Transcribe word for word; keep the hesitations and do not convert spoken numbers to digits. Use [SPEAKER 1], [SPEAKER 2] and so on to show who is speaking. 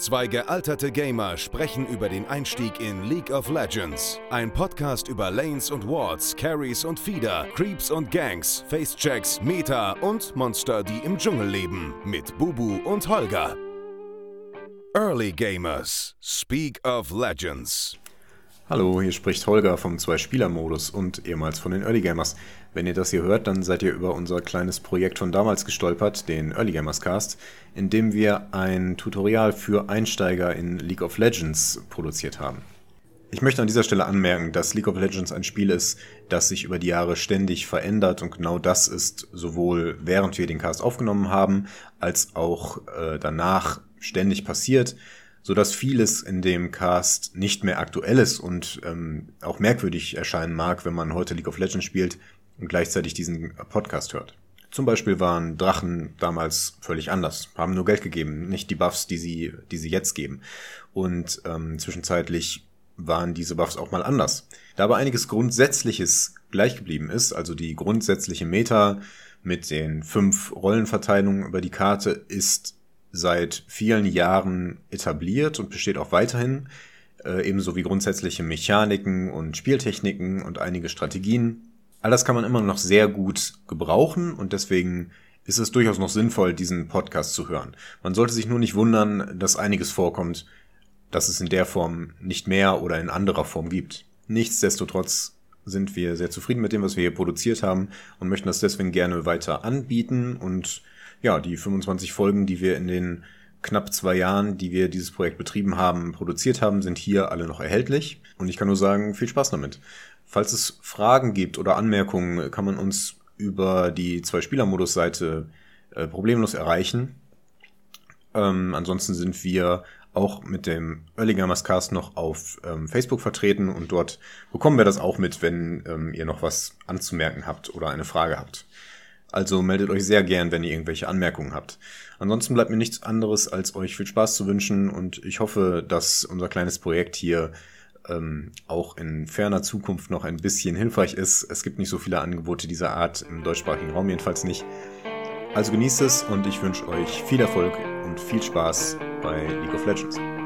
[SPEAKER 1] Zwei gealterte Gamer sprechen über den Einstieg in League of Legends. Ein Podcast über Lanes und Wards, Carries und Feeder, Creeps und Ganks, Facechecks, Meta und Monster, die im Dschungel leben. Mit Bubu und Holger. Early Gamers. Speak of Legends.
[SPEAKER 2] Hallo, hier spricht Holger vom Zwei-Spieler-Modus und ehemals von den Early Gamers. Wenn ihr das hier hört, dann seid ihr über unser kleines Projekt von damals gestolpert, den Early Gamers Cast, in dem wir ein Tutorial für Einsteiger in League of Legends produziert haben. Ich möchte an dieser Stelle anmerken, dass League of Legends ein Spiel ist, das sich über die Jahre ständig verändert, und genau das ist sowohl während wir den Cast aufgenommen haben, als auch äh, danach ständig passiert, sodass vieles in dem Cast nicht mehr aktuell ist und ähm, auch merkwürdig erscheinen mag, wenn man heute League of Legends spielt und gleichzeitig diesen Podcast hört. Zum Beispiel waren Drachen damals völlig anders, haben nur Geld gegeben, nicht die Buffs, die sie, die sie jetzt geben. Und ähm, zwischenzeitlich waren diese Buffs auch mal anders. Da aber einiges Grundsätzliches gleich geblieben ist, also die grundsätzliche Meta mit den fünf Rollenverteilungen über die Karte ist seit vielen Jahren etabliert und besteht auch weiterhin, äh, ebenso wie grundsätzliche Mechaniken und Spieltechniken und einige Strategien. All das kann man immer noch sehr gut gebrauchen und deswegen ist es durchaus noch sinnvoll, diesen Podcast zu hören. Man sollte sich nur nicht wundern, dass einiges vorkommt, dass es in der Form nicht mehr oder in anderer Form gibt. Nichtsdestotrotz sind wir sehr zufrieden mit dem, was wir hier produziert haben und möchten das deswegen gerne weiter anbieten. Und ja, die fünfundzwanzig Folgen, die wir in den knapp zwei Jahren, die wir dieses Projekt betrieben haben, produziert haben, sind hier alle noch erhältlich. Und ich kann nur sagen, viel Spaß damit. Falls es Fragen gibt oder Anmerkungen, kann man uns über die Zwei-Spieler-Modus-Seite äh, problemlos erreichen. Ähm, ansonsten sind wir auch mit dem Early Gamers Cast noch auf ähm, Facebook vertreten und dort bekommen wir das auch mit, wenn ähm, ihr noch was anzumerken habt oder eine Frage habt. Also meldet euch sehr gern, wenn ihr irgendwelche Anmerkungen habt. Ansonsten bleibt mir nichts anderes, als euch viel Spaß zu wünschen und ich hoffe, dass unser kleines Projekt hier ähm, auch in ferner Zukunft noch ein bisschen hilfreich ist. Es gibt nicht so viele Angebote dieser Art im deutschsprachigen Raum, jedenfalls nicht. Also genießt es und ich wünsche euch viel Erfolg und viel Spaß bei League of Legends.